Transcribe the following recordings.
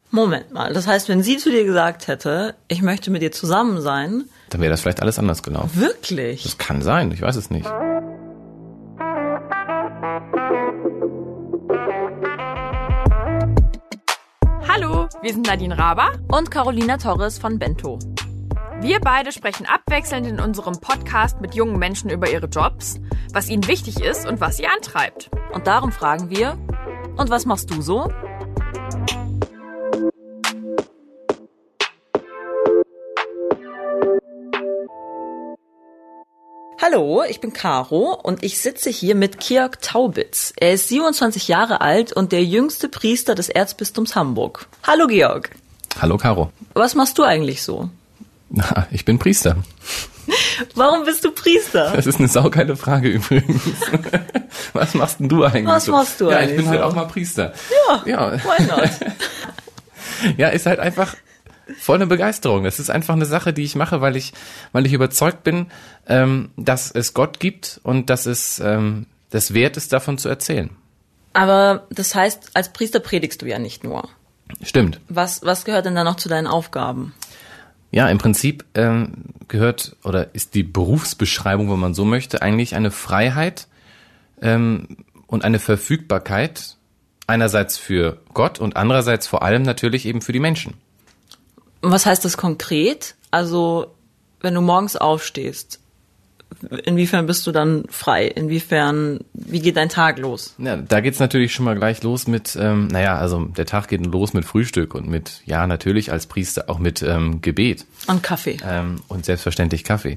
Moment mal, das heißt, wenn sie zu dir gesagt hätte, ich möchte mit dir zusammen sein... Dann wäre das vielleicht alles anders gelaufen. Wirklich? Das kann sein, ich weiß es nicht. Hallo, wir sind Nadine Raber und Carolina Torres von Bento. Wir beide sprechen abwechselnd in unserem Podcast mit jungen Menschen über ihre Jobs, was ihnen wichtig ist und was sie antreibt. Und darum fragen wir, und was machst du so? Hallo, ich bin Caro und ich sitze hier mit Georg Taubitz. Er ist 27 Jahre alt und der jüngste Priester des Erzbistums Hamburg. Hallo Georg. Hallo Caro. Was machst du eigentlich so? Na, ich bin Priester. Warum bist du Priester? Das ist eine saugeile Frage übrigens. Was machst denn du eigentlich Was so? machst du eigentlich Ja, ich bin so? halt auch mal Priester. Ja, why not? Ja, ist halt einfach voll eine Begeisterung. Das ist einfach eine Sache, die ich mache, weil ich überzeugt bin, dass es Gott gibt und dass es das wert ist, davon zu erzählen. Aber das heißt, als Priester predigst du ja nicht nur. Stimmt. Was gehört denn da noch zu deinen Aufgaben? Ja, im Prinzip gehört oder ist die Berufsbeschreibung, wenn man so möchte, eigentlich eine Freiheit und eine Verfügbarkeit einerseits für Gott und andererseits vor allem natürlich eben für die Menschen. Was heißt das konkret? Also, wenn du morgens aufstehst, inwiefern bist du dann frei? Wie geht dein Tag los? Ja, da geht's natürlich schon mal gleich los mit, also der Tag geht los mit Frühstück und mit, ja, natürlich als Priester auch mit Gebet. Und Kaffee. Und selbstverständlich Kaffee.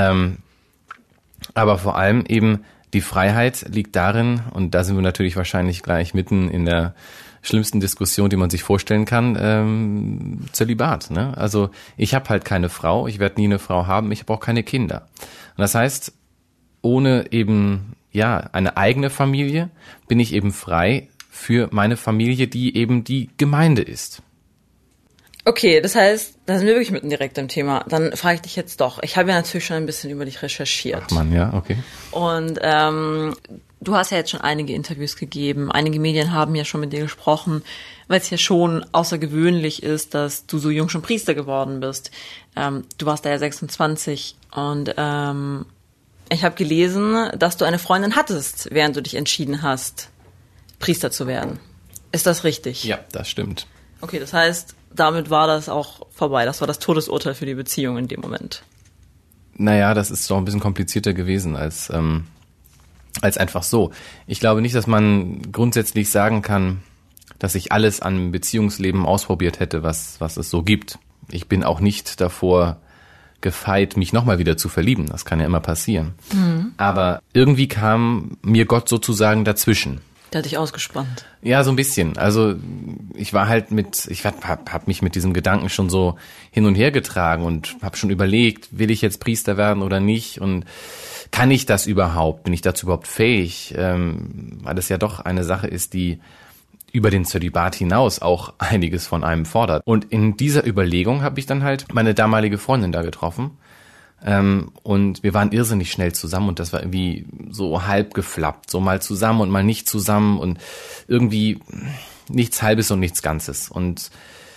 Aber vor allem eben die Freiheit liegt darin, und da sind wir natürlich wahrscheinlich gleich mitten in der schlimmsten Diskussion, die man sich vorstellen kann, Zölibat. Ne? Also ich habe halt keine Frau, ich werde nie eine Frau haben, ich habe auch keine Kinder. Und das heißt, ohne eben eine eigene Familie bin ich eben frei für meine Familie, die eben die Gemeinde ist. Okay, das heißt, da sind wir wirklich mitten direkt im Thema. Dann frage ich dich jetzt doch. Ich habe ja natürlich schon ein bisschen über dich recherchiert. Ach Mann, ja, okay. Und du hast ja jetzt schon einige Interviews gegeben. Einige Medien haben ja schon mit dir gesprochen, weil es ja schon außergewöhnlich ist, dass du so jung schon Priester geworden bist. Du warst da ja 26 und ich habe gelesen, dass du eine Freundin hattest, während du dich entschieden hast, Priester zu werden. Ist das richtig? Ja, das stimmt. Okay, das heißt, damit war das auch vorbei. Das war das Todesurteil für die Beziehung in dem Moment. Naja, das ist doch ein bisschen komplizierter gewesen als einfach so. Ich glaube nicht, dass man grundsätzlich sagen kann, dass ich alles an Beziehungsleben ausprobiert hätte, was es so gibt. Ich bin auch nicht davor gefeit, mich nochmal wieder zu verlieben. Das kann ja immer passieren. Mhm. Aber irgendwie kam mir Gott sozusagen dazwischen. Der hat dich ausgespannt. Ja, so ein bisschen. Also ich war halt hab mich mit diesem Gedanken schon so hin und her getragen und habe schon überlegt, will ich jetzt Priester werden oder nicht und kann ich das überhaupt? Bin ich dazu überhaupt fähig? Weil es ja doch eine Sache ist, die über den Zölibat hinaus auch einiges von einem fordert. Und in dieser Überlegung habe ich dann halt meine damalige Freundin da getroffen. Und wir waren irrsinnig schnell zusammen und das war irgendwie so halb geflappt, so mal zusammen und mal nicht zusammen und irgendwie nichts Halbes und nichts Ganzes. Und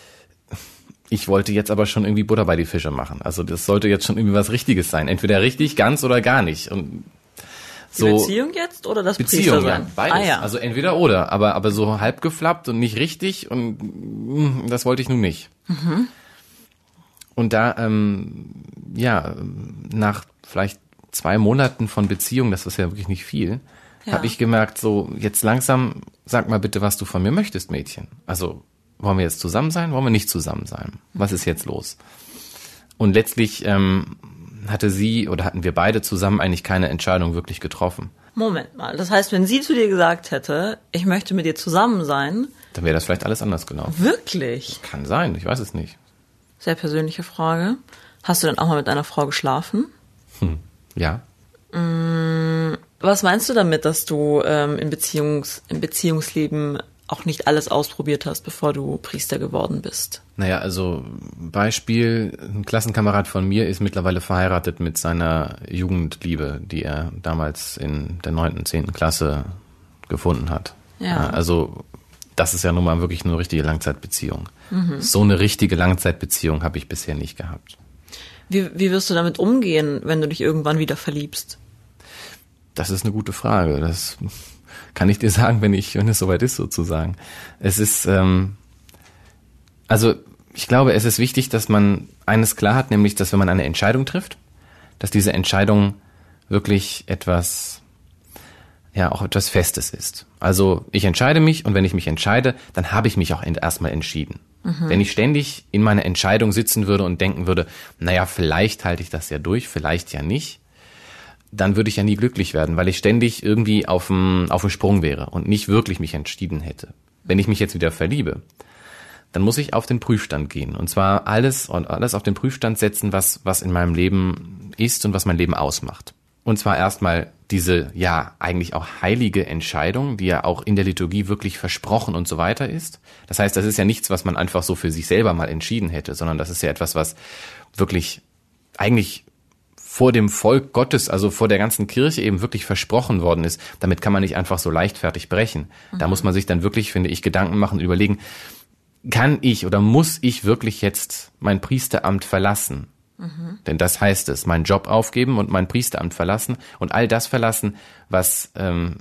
ich wollte jetzt aber schon irgendwie Butter bei die Fische machen. Also das sollte jetzt schon irgendwie was Richtiges sein. Entweder richtig, ganz oder gar nicht. Und so die Beziehung jetzt oder das Beziehung, Priestersein? Ja, beides. Ja. Also entweder oder, aber so halb geflappt und nicht richtig und das wollte ich nun nicht. Mhm. Und da, nach vielleicht 2 Monaten von Beziehung, das ist ja wirklich nicht viel, habe ich gemerkt, so jetzt langsam, sag mal bitte, was du von mir möchtest, Mädchen. Also wollen wir jetzt zusammen sein, wollen wir nicht zusammen sein? Was ist jetzt los? Und letztlich hatten wir beide zusammen eigentlich keine Entscheidung wirklich getroffen. Moment mal, das heißt, wenn sie zu dir gesagt hätte, ich möchte mit dir zusammen sein, dann wäre das vielleicht alles anders gelaufen. Wirklich? Kann sein, ich weiß es nicht. Sehr persönliche Frage. Hast du denn auch mal mit einer Frau geschlafen? Ja. Was meinst du damit, dass du im Beziehungsleben auch nicht alles ausprobiert hast, bevor du Priester geworden bist? Naja, also Beispiel, ein Klassenkamerad von mir ist mittlerweile verheiratet mit seiner Jugendliebe, die er damals in der 9., 10. Klasse gefunden hat. Ja. Also das ist ja nun mal wirklich eine richtige Langzeitbeziehung. So eine richtige Langzeitbeziehung habe ich bisher nicht gehabt. Wie wirst du damit umgehen, wenn du dich irgendwann wieder verliebst? Das ist eine gute Frage. Das kann ich dir sagen, wenn es soweit ist, sozusagen. Es ist, also ich glaube, es ist wichtig, dass man eines klar hat, nämlich, dass wenn man eine Entscheidung trifft, dass diese Entscheidung wirklich auch etwas Festes ist. Also ich entscheide mich und wenn ich mich entscheide, dann habe ich mich auch erstmal entschieden. Wenn ich ständig in meiner Entscheidung sitzen würde und denken würde, naja, vielleicht halte ich das ja durch, vielleicht ja nicht, dann würde ich ja nie glücklich werden, weil ich ständig irgendwie auf dem Sprung wäre und nicht wirklich mich entschieden hätte. Wenn ich mich jetzt wieder verliebe, dann muss ich auf den Prüfstand gehen. Und zwar alles auf den Prüfstand setzen, was in meinem Leben ist und was mein Leben ausmacht. Und zwar erstmal diese, eigentlich auch heilige Entscheidung, die ja auch in der Liturgie wirklich versprochen und so weiter ist. Das heißt, das ist ja nichts, was man einfach so für sich selber mal entschieden hätte, sondern das ist ja etwas, was wirklich eigentlich vor dem Volk Gottes, also vor der ganzen Kirche eben wirklich versprochen worden ist. Damit kann man nicht einfach so leichtfertig brechen. Da muss man sich dann wirklich, finde ich, Gedanken machen und überlegen, kann ich oder muss ich wirklich jetzt mein Priesteramt verlassen? Denn das heißt es, meinen Job aufgeben und mein Priesteramt verlassen und all das verlassen, was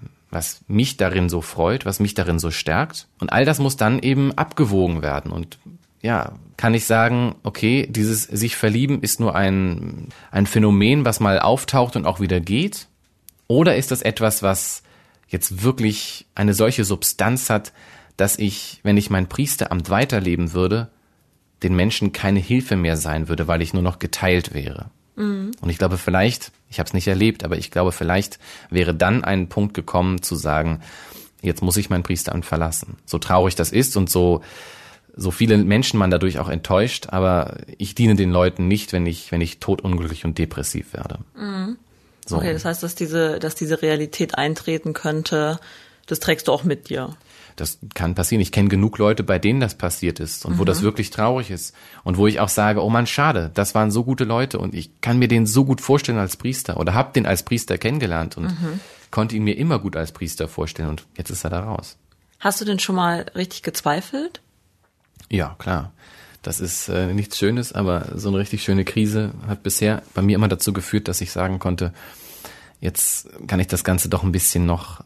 mich darin so freut, was mich darin so stärkt. Und all das muss dann eben abgewogen werden. Und kann ich sagen, okay, dieses sich verlieben ist nur ein Phänomen, was mal auftaucht und auch wieder geht? Oder ist das etwas, was jetzt wirklich eine solche Substanz hat, dass ich, wenn ich mein Priesteramt weiterleben würde, den Menschen keine Hilfe mehr sein würde, weil ich nur noch geteilt wäre. Und ich glaube vielleicht, ich habe es nicht erlebt, aber ich glaube vielleicht wäre dann ein Punkt gekommen zu sagen, jetzt muss ich mein Priesteramt verlassen. So traurig das ist und so viele Menschen man dadurch auch enttäuscht, aber ich diene den Leuten nicht, wenn ich todunglücklich und depressiv werde. So. Okay, das heißt, dass diese Realität eintreten könnte, das trägst du auch mit dir. Das kann passieren. Ich kenne genug Leute, bei denen das passiert ist und wo das wirklich traurig ist und wo ich auch sage, oh Mann, schade, das waren so gute Leute und ich kann mir den so gut vorstellen als Priester oder habe den als Priester kennengelernt und konnte ihn mir immer gut als Priester vorstellen und jetzt ist er da raus. Hast du denn schon mal richtig gezweifelt? Ja, klar. Das ist nichts Schönes, aber so eine richtig schöne Krise hat bisher bei mir immer dazu geführt, dass ich sagen konnte, jetzt kann ich das Ganze doch ein bisschen noch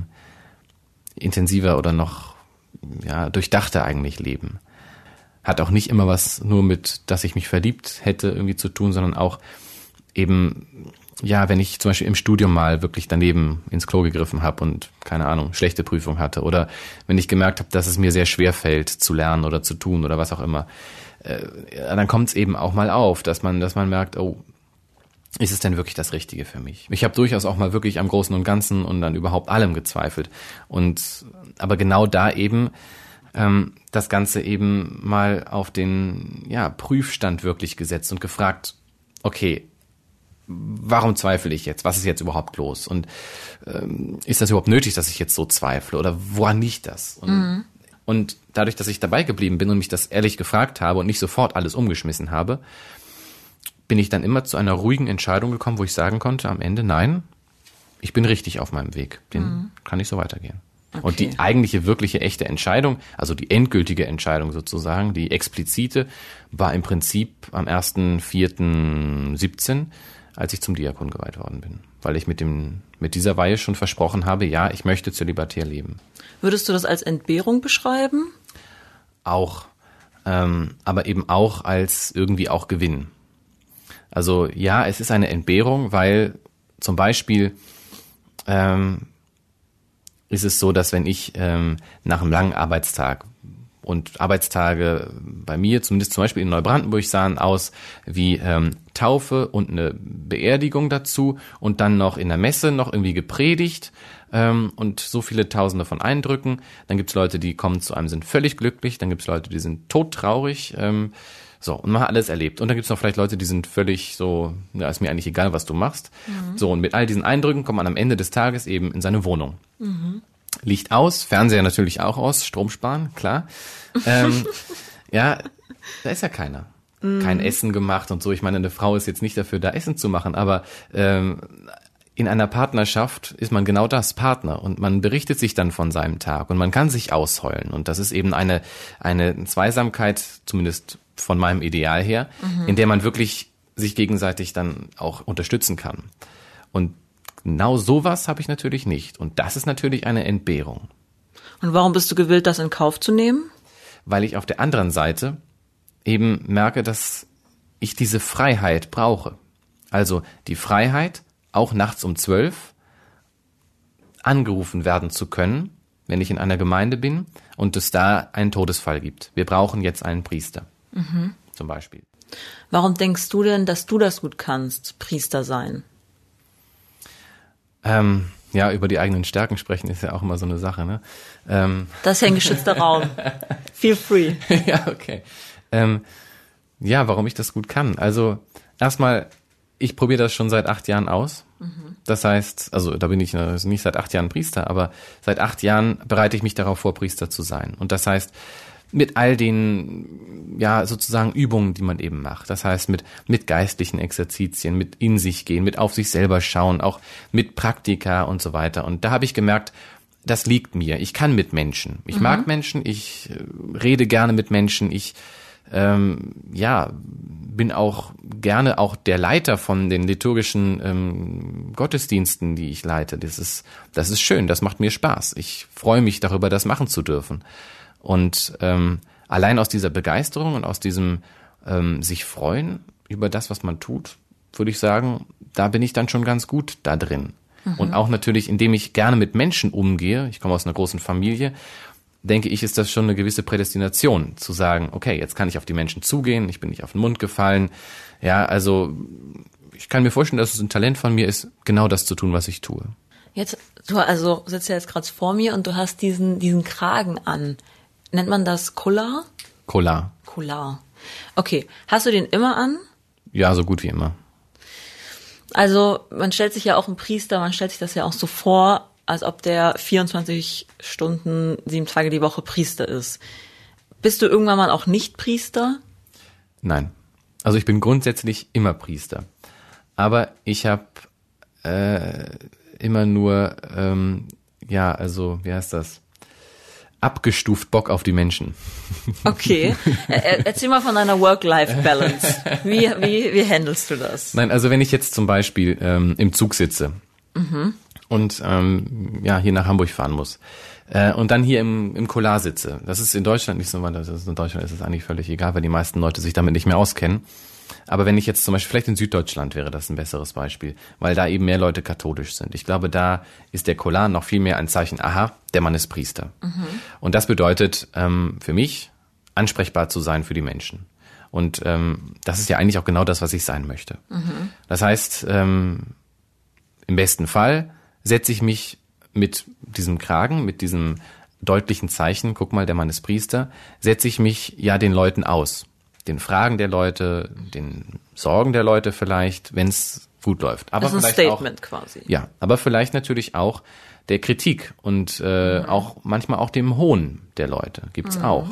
intensiver oder noch durchdachter eigentlich leben. Hat auch nicht immer was nur mit, dass ich mich verliebt hätte irgendwie zu tun, sondern auch eben, wenn ich zum Beispiel im Studium mal wirklich daneben ins Klo gegriffen habe und, keine Ahnung, schlechte Prüfung hatte oder wenn ich gemerkt habe, dass es mir sehr schwer fällt zu lernen oder zu tun oder was auch immer, dann kommt es eben auch mal auf, dass man merkt, oh, ist es denn wirklich das Richtige für mich? Ich habe durchaus auch mal wirklich am Großen und Ganzen und an überhaupt allem gezweifelt. Aber genau da eben das Ganze eben mal auf den Prüfstand wirklich gesetzt und gefragt, okay, warum zweifle ich jetzt? Was ist jetzt überhaupt los? Und ist das überhaupt nötig, dass ich jetzt so zweifle? Oder woran liegt das? Und dadurch, dass ich dabei geblieben bin und mich das ehrlich gefragt habe und nicht sofort alles umgeschmissen habe, bin ich dann immer zu einer ruhigen Entscheidung gekommen, wo ich sagen konnte am Ende, nein, ich bin richtig auf meinem Weg. Den kann ich so weitergehen. Okay. Und die eigentliche, wirkliche, echte Entscheidung, also die endgültige Entscheidung sozusagen, die explizite, war im Prinzip am 1.4.17, als ich zum Diakon geweiht worden bin. Weil ich mit dieser Weihe schon versprochen habe, ich möchte zölibatär leben. Würdest du das als Entbehrung beschreiben? Auch, aber eben auch als irgendwie auch Gewinn. Also es ist eine Entbehrung, weil zum Beispiel ist es so, dass wenn ich nach einem langen Arbeitstag und Arbeitstage bei mir, zumindest zum Beispiel in Neubrandenburg, sahen aus wie Taufe und eine Beerdigung dazu und dann noch in der Messe noch irgendwie gepredigt und so viele Tausende von Eindrücken. Dann gibt's Leute, die kommen zu einem, sind völlig glücklich. Dann gibt's Leute, die sind todtraurig. Und man hat alles erlebt. Und dann gibt's noch vielleicht Leute, die sind völlig so, ist mir eigentlich egal, was du machst. So, und mit all diesen Eindrücken kommt man am Ende des Tages eben in seine Wohnung. Licht aus, Fernseher natürlich auch aus, Strom sparen, klar. Da ist ja keiner. Kein Essen gemacht und so. Ich meine, eine Frau ist jetzt nicht dafür da, Essen zu machen, aber in einer Partnerschaft ist man genau das, Partner. Und man berichtet sich dann von seinem Tag und man kann sich ausheulen. Und das ist eben eine Zweisamkeit, zumindest von meinem Ideal her, in der man wirklich sich gegenseitig dann auch unterstützen kann. Und genau sowas habe ich natürlich nicht. Und das ist natürlich eine Entbehrung. Und warum bist du gewillt, das in Kauf zu nehmen? Weil ich auf der anderen Seite eben merke, dass ich diese Freiheit brauche. Also die Freiheit, auch nachts um 12 angerufen werden zu können, wenn ich in einer Gemeinde bin und es da einen Todesfall gibt. Wir brauchen jetzt einen Priester, zum Beispiel. Warum denkst du denn, dass du das gut kannst, Priester sein? Ja, über die eigenen Stärken sprechen ist ja auch immer so eine Sache, ne? Das ist ja ein geschützter Raum. Feel free. Ja, okay. Ja, warum ich das gut kann. Also erstmal, ich probiere das schon seit 8 Jahren aus. Das heißt, also da bin ich nicht seit 8 Jahren Priester, aber seit 8 Jahren bereite ich mich darauf vor, Priester zu sein. Und das heißt, mit all den, ja, sozusagen Übungen, die man eben macht. Das heißt, mit geistlichen Exerzitien, mit in sich gehen, mit auf sich selber schauen, auch mit Praktika und so weiter. Und da habe ich gemerkt, das liegt mir. Ich kann mit Menschen. Ich mag Menschen, ich rede gerne mit Menschen, ich bin auch gerne auch der Leiter von den liturgischen Gottesdiensten, die ich leite. Das ist schön, das macht mir Spaß. Ich freue mich darüber, das machen zu dürfen. Und allein aus dieser Begeisterung und aus diesem sich freuen über das, was man tut, würde ich sagen, da bin ich dann schon ganz gut da drin. Und auch natürlich, indem ich gerne mit Menschen umgehe, ich komme aus einer großen Familie, denke ich, ist das schon eine gewisse Prädestination, zu sagen, okay, jetzt kann ich auf die Menschen zugehen, ich bin nicht auf den Mund gefallen. Ja, also ich kann mir vorstellen, dass es ein Talent von mir ist, genau das zu tun, was ich tue. Jetzt, du sitzt ja jetzt gerade vor mir und du hast diesen Kragen an. Nennt man das Collar? Collar. Collar. Okay, hast du den immer an? Ja, so gut wie immer. Also man stellt sich ja auch einen Priester, man stellt sich das ja auch so vor, als ob der 24 Stunden, 7 Tage die Woche Priester ist. Bist du irgendwann mal auch nicht Priester? Nein. Also ich bin grundsätzlich immer Priester. Aber ich habe immer nur, wie heißt das? Abgestuft Bock auf die Menschen. Okay. Erzähl mal von deiner Work-Life-Balance. Wie handelst du das? Nein, also wenn ich jetzt zum Beispiel im Zug sitze und hier nach Hamburg fahren muss und dann hier im Collar sitze, das ist in Deutschland nicht so, weil in Deutschland ist es eigentlich völlig egal, weil die meisten Leute sich damit nicht mehr auskennen. Aber wenn ich jetzt zum Beispiel, vielleicht in Süddeutschland wäre das ein besseres Beispiel, weil da eben mehr Leute katholisch sind. Ich glaube, da ist der Collar noch viel mehr ein Zeichen, aha, der Mann ist Priester. Und das bedeutet für mich, ansprechbar zu sein für die Menschen. Und das ist ja eigentlich auch genau das, was ich sein möchte. Das heißt, im besten Fall setze ich mich mit diesem Kragen, mit diesem deutlichen Zeichen, guck mal, der Mann ist Priester, setze ich mich ja den Leuten aus. Den Fragen der Leute, den Sorgen der Leute vielleicht, wenn es gut läuft. Aber das ist ein vielleicht Statement auch, quasi. Ja, aber vielleicht natürlich auch der Kritik und auch manchmal auch dem Hohn der Leute gibt's auch.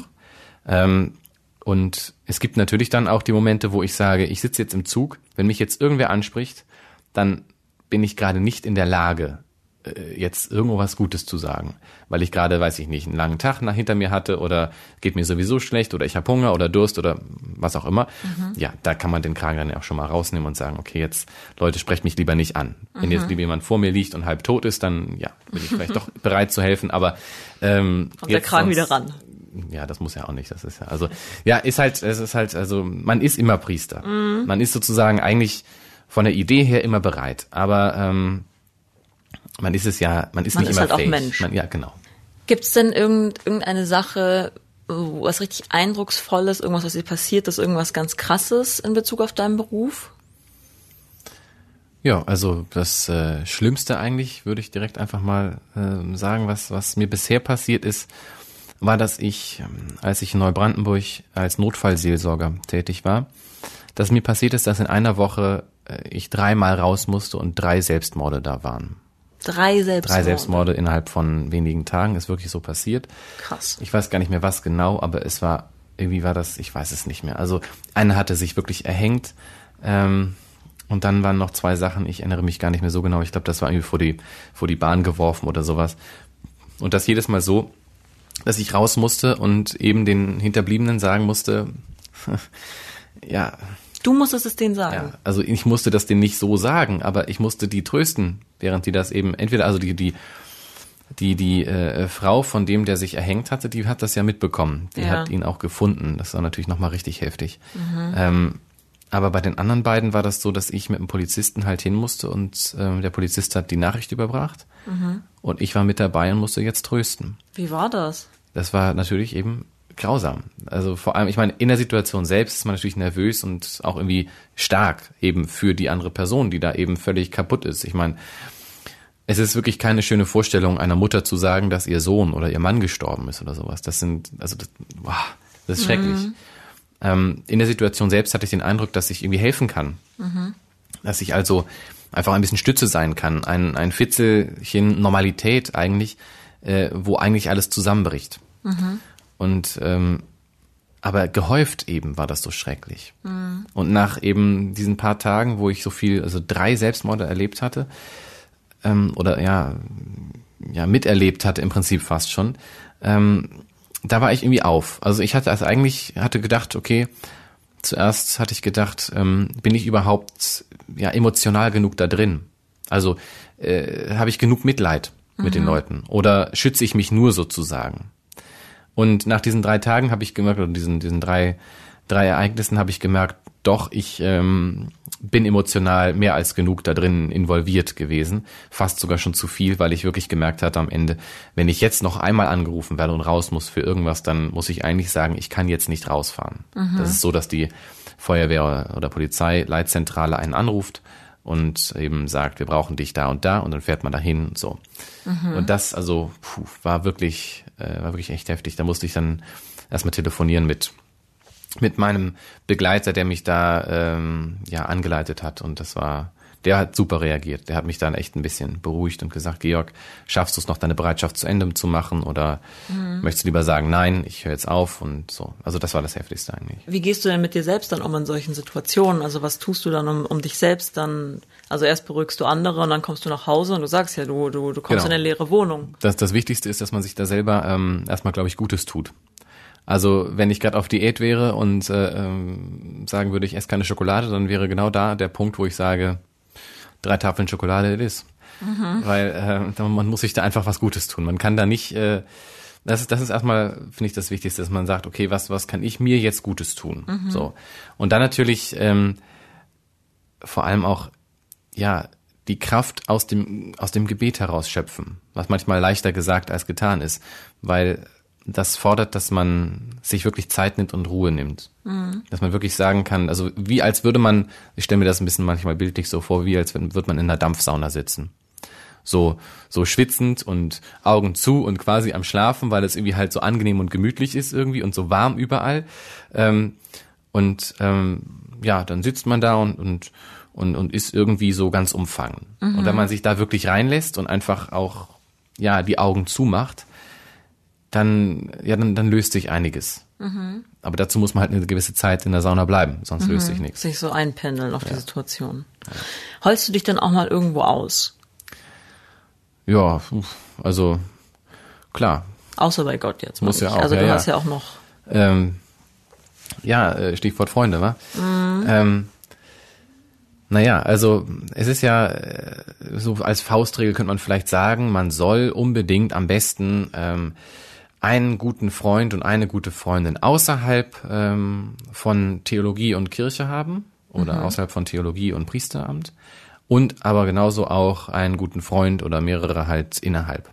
Und es gibt natürlich dann auch die Momente, wo ich sage, ich sitze jetzt im Zug, wenn mich jetzt irgendwer anspricht, dann bin ich gerade nicht in der Lage, jetzt irgendwo was Gutes zu sagen, weil ich gerade, weiß ich nicht, einen langen Tag hinter mir hatte oder geht mir sowieso schlecht oder ich habe Hunger oder Durst oder was auch immer. Ja, da kann man den Kragen dann auch schon mal rausnehmen und sagen, okay, jetzt, Leute, sprecht mich lieber nicht an. Wenn jetzt lieber jemand vor mir liegt und halb tot ist, dann ja, bin ich vielleicht doch bereit zu helfen, aber kommt der Kragen wieder ran. Ja, das muss ja auch nicht, das ist ja, also, ja, also, man ist immer Priester. Man ist sozusagen eigentlich von der Idee her immer bereit, aber, man ist nicht immer halt fähig. Auch Mensch. Ja, genau. Gibt's denn irgendeine Sache, was richtig Eindrucksvolles, irgendwas, was dir passiert ist, irgendwas ganz Krasses in Bezug auf deinen Beruf? Ja, also das Schlimmste eigentlich, würde ich direkt einfach mal sagen, was mir bisher passiert ist, war, dass ich, als ich in Neubrandenburg als Notfallseelsorger tätig war, dass mir passiert ist, dass in einer Woche ich 3-mal raus musste und 3 Selbstmorde da waren. 3 Selbstmorde? 3 Selbstmorde innerhalb von wenigen Tagen, ist wirklich so passiert. Krass. Ich weiß gar nicht mehr, was genau, aber es war, irgendwie war das, ich weiß es nicht mehr. Also einer hatte sich wirklich erhängt, Und dann waren noch 2 Sachen, ich erinnere mich gar nicht mehr so genau. Ich glaube, das war irgendwie vor die Bahn geworfen oder sowas. Und das jedes Mal so, dass ich raus musste und eben den Hinterbliebenen sagen musste, ja. Du musstest es denen sagen. Ja, also ich musste das denen nicht so sagen, aber ich musste die trösten, während die das eben, entweder, also die Frau von dem, der sich erhängt hatte, die hat das ja mitbekommen. Die hat ihn auch gefunden. Das war natürlich nochmal richtig heftig. Aber bei den anderen beiden war das so, dass ich mit einem Polizisten halt hin musste und der Polizist hat die Nachricht überbracht und ich war mit dabei und musste jetzt trösten. Wie war das? Das war natürlich eben grausam. Also vor allem, ich meine, in der Situation selbst ist man natürlich nervös und auch irgendwie stark eben für die andere Person, die da eben völlig kaputt ist. Ich meine, es ist wirklich keine schöne Vorstellung, einer Mutter zu sagen, dass ihr Sohn oder ihr Mann gestorben ist oder sowas. Das ist schrecklich. In der Situation selbst hatte ich den Eindruck, dass ich irgendwie helfen kann. Dass ich also einfach ein bisschen Stütze sein kann. Ein Fitzelchen Normalität eigentlich, wo eigentlich alles zusammenbricht. Und aber gehäuft eben war das so schrecklich. Und nach eben diesen paar Tagen, wo ich so viel, also 3 Selbstmorde erlebt hatte, miterlebt hatte im Prinzip fast schon, da war ich irgendwie auf. Also ich hatte gedacht, okay, zuerst hatte ich gedacht, bin ich überhaupt emotional genug da drin? Also habe ich genug Mitleid mit den Leuten? Oder schütze ich mich nur sozusagen? Und nach diesen 3 Tagen habe ich gemerkt, oder diesen drei Ereignissen habe ich gemerkt, doch, ich bin emotional mehr als genug da drin involviert gewesen. Fast sogar schon zu viel, weil ich wirklich gemerkt hatte am Ende, wenn ich jetzt noch einmal angerufen werde und raus muss für irgendwas, dann muss ich eigentlich sagen, ich kann jetzt nicht rausfahren. Das ist so, dass die Feuerwehr- oder Polizeileitzentrale einen anruft und eben sagt, wir brauchen dich da und dann fährt man dahin und so. Und das war wirklich echt heftig. Da musste ich dann erstmal telefonieren mit meinem Begleiter, der mich da angeleitet hat, und der hat super reagiert. Der hat mich dann echt ein bisschen beruhigt und gesagt, Georg, schaffst du es noch, deine Bereitschaft zu Ende zu machen, oder möchtest du lieber sagen, nein, ich höre jetzt auf und so. Also das war das Heftigste eigentlich. Wie gehst du denn mit dir selbst dann um in solchen Situationen? Also was tust du dann um dich selbst dann? Also erst beruhigst du andere und dann kommst du nach Hause und du sagst ja, du kommst in eine leere Wohnung. Das Wichtigste ist, dass man sich da selber erstmal, glaube ich, Gutes tut. Also wenn ich gerade auf Diät wäre und sagen würde, ich esse keine Schokolade, dann wäre genau da der Punkt, wo ich sage, 3 Tafeln Schokolade it is. Weil man muss sich da einfach was Gutes tun. Man kann da nicht, das ist erstmal, finde ich, das Wichtigste, dass man sagt, okay, was kann ich mir jetzt Gutes tun? So. Und dann natürlich vor allem auch, die Kraft aus dem Gebet heraus schöpfen, was manchmal leichter gesagt als getan ist, weil das fordert, dass man sich wirklich Zeit nimmt und Ruhe nimmt. Dass man wirklich sagen kann, also wie als würde man, ich stelle mir das ein bisschen manchmal bildlich so vor, wie als würde man in einer Dampfsauna sitzen. So schwitzend und Augen zu und quasi am Schlafen, weil es irgendwie halt so angenehm und gemütlich ist irgendwie und so warm überall. Dann sitzt man da und ist irgendwie so ganz umfangen. Und wenn man sich da wirklich reinlässt und einfach auch, die Augen zumacht, dann löst sich einiges. Aber dazu muss man halt eine gewisse Zeit in der Sauna bleiben, sonst löst sich nichts. Sich so einpendeln auf die Situation. Ja. Heulst du dich dann auch mal irgendwo aus? Ja, also klar. Außer bei Gott jetzt. Muss ja auch. Also du hast ja auch noch. Stichwort Freunde, wa? Also es ist ja so als Faustregel könnte man vielleicht sagen, man soll unbedingt am besten einen guten Freund und eine gute Freundin außerhalb von Theologie und Kirche haben oder außerhalb von Theologie und Priesteramt und aber genauso auch einen guten Freund oder mehrere halt innerhalb.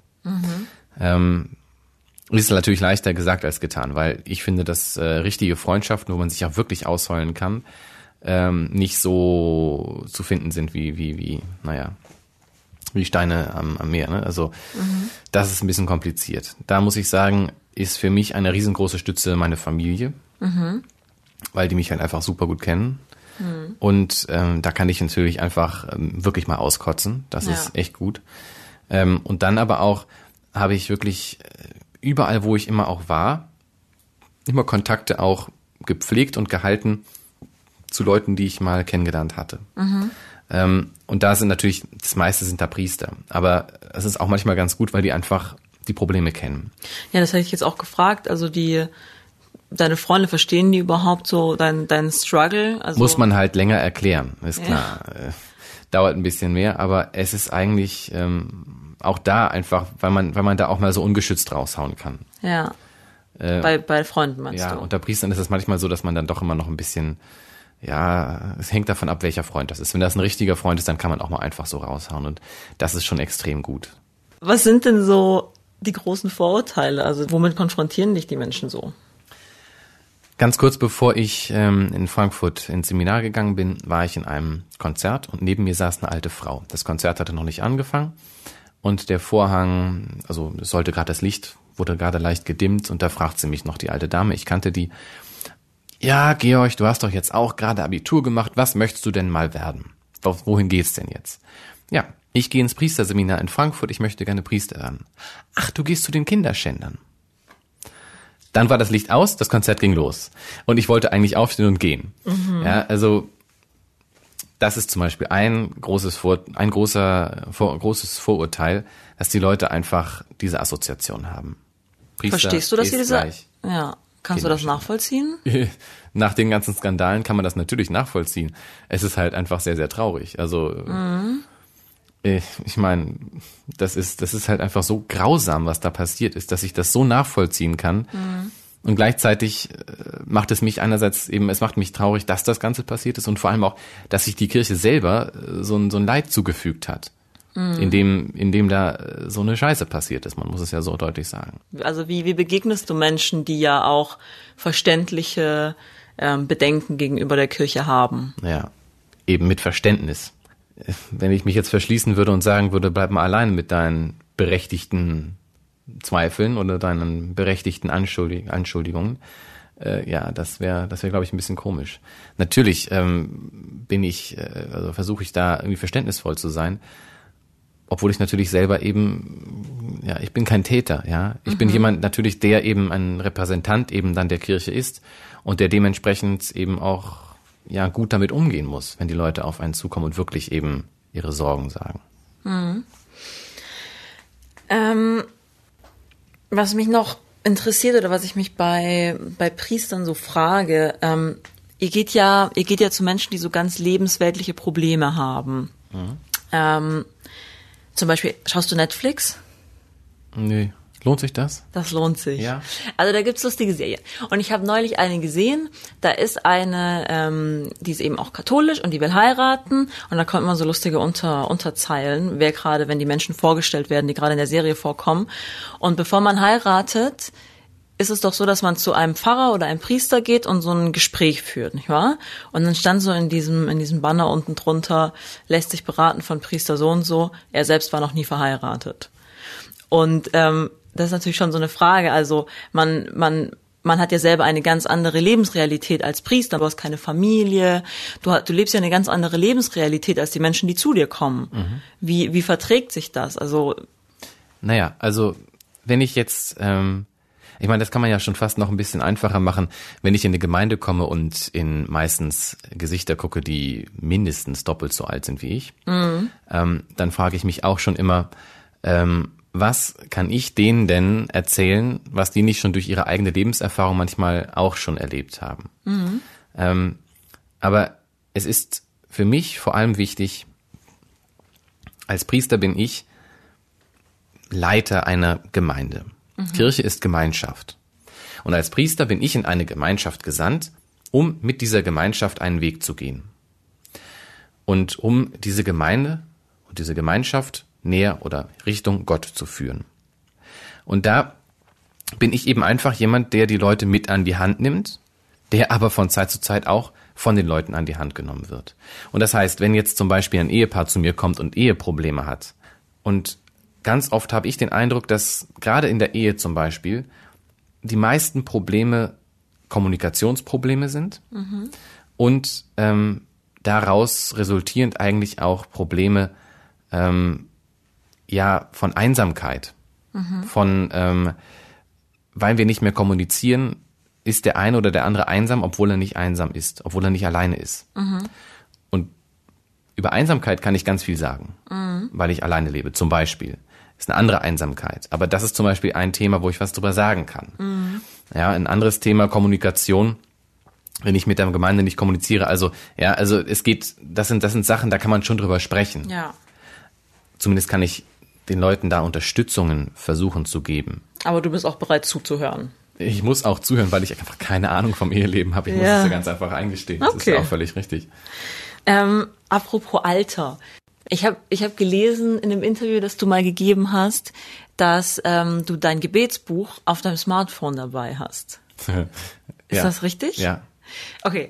Ist natürlich leichter gesagt als getan, weil ich finde, dass richtige Freundschaften, wo man sich auch wirklich ausheulen kann, nicht so zu finden sind wie Steine am Meer. Ne? Also das ist ein bisschen kompliziert. Da muss ich sagen, ist für mich eine riesengroße Stütze meine Familie, weil die mich halt einfach super gut kennen. Und da kann ich natürlich einfach wirklich mal auskotzen. Das ist echt gut. Und dann aber auch habe ich wirklich überall, wo ich immer auch war, immer Kontakte auch gepflegt und gehalten zu Leuten, die ich mal kennengelernt hatte. Und da sind natürlich, das meiste sind da Priester. Aber es ist auch manchmal ganz gut, weil die einfach die Probleme kennen. Ja, das hätte ich jetzt auch gefragt. Also deine Freunde, verstehen die überhaupt so deinen Struggle? Also muss man halt länger erklären, ist klar. Dauert ein bisschen mehr, aber es ist eigentlich auch da einfach, weil man da auch mal so ungeschützt raushauen kann. Ja. Bei Freunden meinst du? Ja, unter Priestern ist es manchmal so, dass man dann doch immer noch ein bisschen, es hängt davon ab, welcher Freund das ist. Wenn das ein richtiger Freund ist, dann kann man auch mal einfach so raushauen und das ist schon extrem gut. Was sind denn so die großen Vorurteile? Also womit konfrontieren dich die Menschen so? Ganz kurz bevor ich in Frankfurt ins Seminar gegangen bin, war ich in einem Konzert und neben mir saß eine alte Frau. Das Konzert hatte noch nicht angefangen und der Vorhang, also es sollte gerade das Licht, wurde gerade leicht gedimmt und da fragt sie mich noch, die alte Dame, ich kannte die, ja, Georg, du hast doch jetzt auch gerade Abitur gemacht, was möchtest du denn mal werden? Wohin geht's denn jetzt? Ja, ich gehe ins Priesterseminar in Frankfurt, ich möchte gerne Priester werden. Ach, du gehst zu den Kinderschändern. Dann war das Licht aus, das Konzert ging los. Und ich wollte eigentlich aufstehen und gehen. Ja, also das ist zum Beispiel ein großes Vorurteil, dass die Leute einfach diese Assoziation haben. Priester verstehst du, dass sie diese... gleich. Ja, kannst du das nachvollziehen? Nach den ganzen Skandalen kann man das natürlich nachvollziehen. Es ist halt einfach sehr, sehr traurig. Also ich meine, das ist halt einfach so grausam, was da passiert ist, dass ich das so nachvollziehen kann. Und gleichzeitig macht es mich einerseits eben, es macht mich traurig, dass das Ganze passiert ist und vor allem auch, dass sich die Kirche selber so ein Leid zugefügt hat, in dem da so eine Scheiße passiert ist. Man muss es ja so deutlich sagen. Also wie begegnest du Menschen, die ja auch verständliche Bedenken gegenüber der Kirche haben? Ja, eben mit Verständnis. Wenn ich mich jetzt verschließen würde und sagen würde, bleib mal allein mit deinen berechtigten Zweifeln oder deinen berechtigten Anschuldigungen, das wäre, glaube ich, ein bisschen komisch. Natürlich versuche ich da irgendwie verständnisvoll zu sein, obwohl ich natürlich selber eben, ich bin kein Täter, ja. Ich bin jemand natürlich, der eben ein Repräsentant eben dann der Kirche ist und der dementsprechend eben auch gut damit umgehen muss, wenn die Leute auf einen zukommen und wirklich eben ihre Sorgen sagen. Was mich noch interessiert oder was ich mich bei Priestern so frage, ihr geht ja zu Menschen, die so ganz lebensweltliche Probleme haben. Zum Beispiel, schaust du Netflix? Nee. Lohnt sich das? Das lohnt sich. Ja. Also da gibt's lustige Serien. Und ich habe neulich eine gesehen, da ist eine, die ist eben auch katholisch und die will heiraten. Und da kommt immer so lustige Unterzeilen, wenn die Menschen vorgestellt werden, die gerade in der Serie vorkommen. Und bevor man heiratet, ist es doch so, dass man zu einem Pfarrer oder einem Priester geht und so ein Gespräch führt, nicht wahr? Und dann stand so in diesem Banner unten drunter, lässt sich beraten von Priester so und so, er selbst war noch nie verheiratet. Und das ist natürlich schon so eine Frage. Also man hat ja selber eine ganz andere Lebensrealität als Priester. Du hast keine Familie. Du lebst ja eine ganz andere Lebensrealität als die Menschen, die zu dir kommen. Wie verträgt sich das? Also wenn ich jetzt, ich meine, das kann man ja schon fast noch ein bisschen einfacher machen, wenn ich in eine Gemeinde komme und in meistens Gesichter gucke, die mindestens doppelt so alt sind wie ich, dann frage ich mich auch schon immer, was kann ich denen denn erzählen, was die nicht schon durch ihre eigene Lebenserfahrung manchmal auch schon erlebt haben? Aber es ist für mich vor allem wichtig, als Priester bin ich Leiter einer Gemeinde. Kirche ist Gemeinschaft. Und als Priester bin ich in eine Gemeinschaft gesandt, um mit dieser Gemeinschaft einen Weg zu gehen. Und um diese Gemeinde und diese Gemeinschaft näher oder Richtung Gott zu führen. Und da bin ich eben einfach jemand, der die Leute mit an die Hand nimmt, der aber von Zeit zu Zeit auch von den Leuten an die Hand genommen wird. Und das heißt, wenn jetzt zum Beispiel ein Ehepaar zu mir kommt und Eheprobleme hat, und ganz oft habe ich den Eindruck, dass gerade in der Ehe zum Beispiel die meisten Probleme Kommunikationsprobleme sind und daraus resultierend eigentlich auch Probleme von Einsamkeit, weil wir nicht mehr kommunizieren, ist der eine oder der andere einsam, obwohl er nicht einsam ist, obwohl er nicht alleine ist. Und über Einsamkeit kann ich ganz viel sagen, weil ich alleine lebe, zum Beispiel. Ist eine andere Einsamkeit. Aber das ist zum Beispiel ein Thema, wo ich was drüber sagen kann. Ja, ein anderes Thema, Kommunikation, wenn ich mit der Gemeinde nicht kommuniziere. Also es geht, das sind Sachen, da kann man schon drüber sprechen. Ja. Zumindest kann ich den Leuten da Unterstützungen versuchen zu geben. Aber du bist auch bereit zuzuhören. Ich muss auch zuhören, weil ich einfach keine Ahnung vom Eheleben habe. Ich muss es ja ganz einfach eingestehen. Das ist ja auch völlig richtig. Apropos Alter. Ich hab gelesen in einem Interview, das du mal gegeben hast, dass du dein Gebetsbuch auf deinem Smartphone dabei hast. Ist das richtig? Ja. Okay.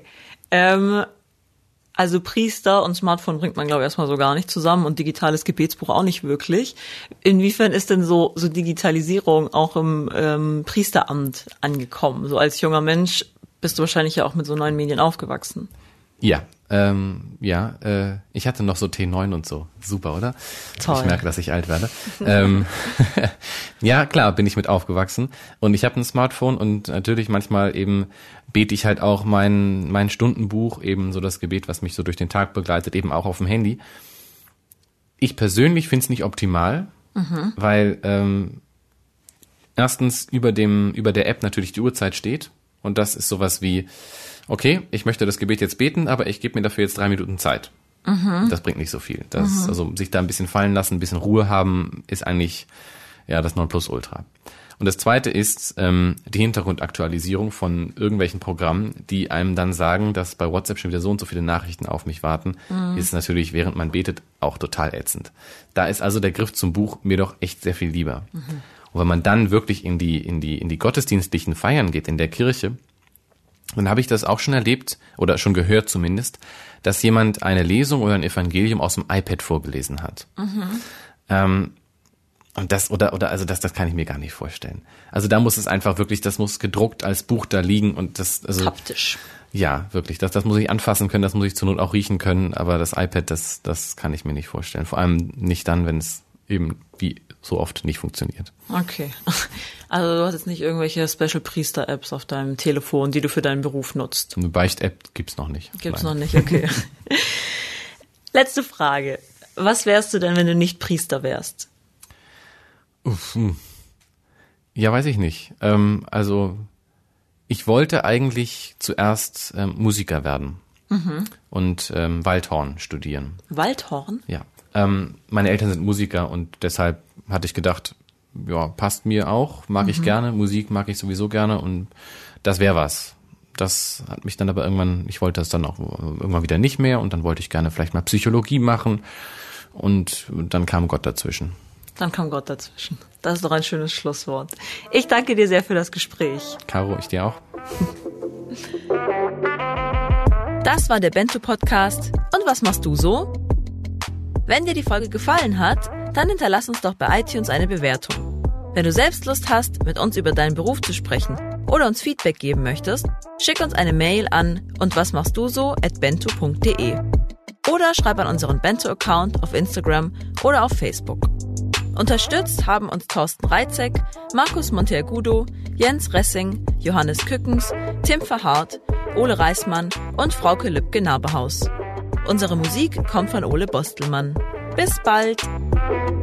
Also Priester und Smartphone bringt man, glaube ich, erstmal so gar nicht zusammen und digitales Gebetsbuch auch nicht wirklich. Inwiefern ist denn so Digitalisierung auch im Priesteramt angekommen? So als junger Mensch bist du wahrscheinlich ja auch mit so neuen Medien aufgewachsen. Ja, ich hatte noch so T9 und so. Super, oder? Toll. Ich merke, dass ich alt werde. Ja, klar, bin ich mit aufgewachsen. Und ich habe ein Smartphone und natürlich manchmal eben bete ich halt auch mein Stundenbuch, eben so das Gebet, was mich so durch den Tag begleitet, eben auch auf dem Handy. Ich persönlich finde es nicht optimal, weil erstens über der App natürlich die Uhrzeit steht. Und das ist sowas wie, okay, ich möchte das Gebet jetzt beten, aber ich gebe mir dafür jetzt 3 Minuten Zeit. Das bringt nicht so viel. Also sich da ein bisschen fallen lassen, ein bisschen Ruhe haben, ist eigentlich das Nonplusultra. Und das Zweite ist die Hintergrundaktualisierung von irgendwelchen Programmen, die einem dann sagen, dass bei WhatsApp schon wieder so und so viele Nachrichten auf mich warten. Ist natürlich, während man betet, auch total ätzend. Da ist also der Griff zum Buch mir doch echt sehr viel lieber. Und wenn man dann wirklich in die gottesdienstlichen Feiern geht, in der Kirche, dann habe ich das auch schon erlebt, oder schon gehört zumindest, dass jemand eine Lesung oder ein Evangelium aus dem iPad vorgelesen hat. Und das das kann ich mir gar nicht vorstellen. Also da muss es einfach wirklich, das muss gedruckt als Buch da liegen und das, also. Haptisch. Ja, wirklich. Das muss ich anfassen können, das muss ich zur Not auch riechen können, aber das iPad, das kann ich mir nicht vorstellen. Vor allem nicht dann, wenn es eben wie so oft nicht funktioniert. Okay. Also du hast jetzt nicht irgendwelche Special-Priester-Apps auf deinem Telefon, die du für deinen Beruf nutzt? Eine Beicht-App gibt's noch nicht. Gibt's noch nicht, okay. Letzte Frage. Was wärst du denn, wenn du nicht Priester wärst? Ja, weiß ich nicht. Also ich wollte eigentlich zuerst Musiker werden und Waldhorn studieren. Waldhorn? Ja. Meine Eltern sind Musiker und deshalb hatte ich gedacht, ja, passt mir auch, mag ich gerne, Musik mag ich sowieso gerne und das wäre was. Das hat mich dann aber irgendwann, ich wollte das dann auch irgendwann wieder nicht mehr und dann wollte ich gerne vielleicht mal Psychologie machen und dann kam Gott dazwischen. Dann kam Gott dazwischen. Das ist doch ein schönes Schlusswort. Ich danke dir sehr für das Gespräch. Caro, ich dir auch. Das war der Bento-Podcast. Und was machst du so? Wenn dir die Folge gefallen hat, dann hinterlass uns doch bei iTunes eine Bewertung. Wenn du selbst Lust hast, mit uns über deinen Beruf zu sprechen oder uns Feedback geben möchtest, schick uns eine Mail an undwasmachstduso@bento.de oder schreib an unseren Bento-Account auf Instagram oder auf Facebook. Unterstützt haben uns Thorsten Reitzek, Markus Monteagudo, Jens Ressing, Johannes Kückens, Tim Verhardt, Ole Reismann und Frauke Lübke-Naberhaus. Unsere Musik kommt von Ole Bostelmann. Bis bald!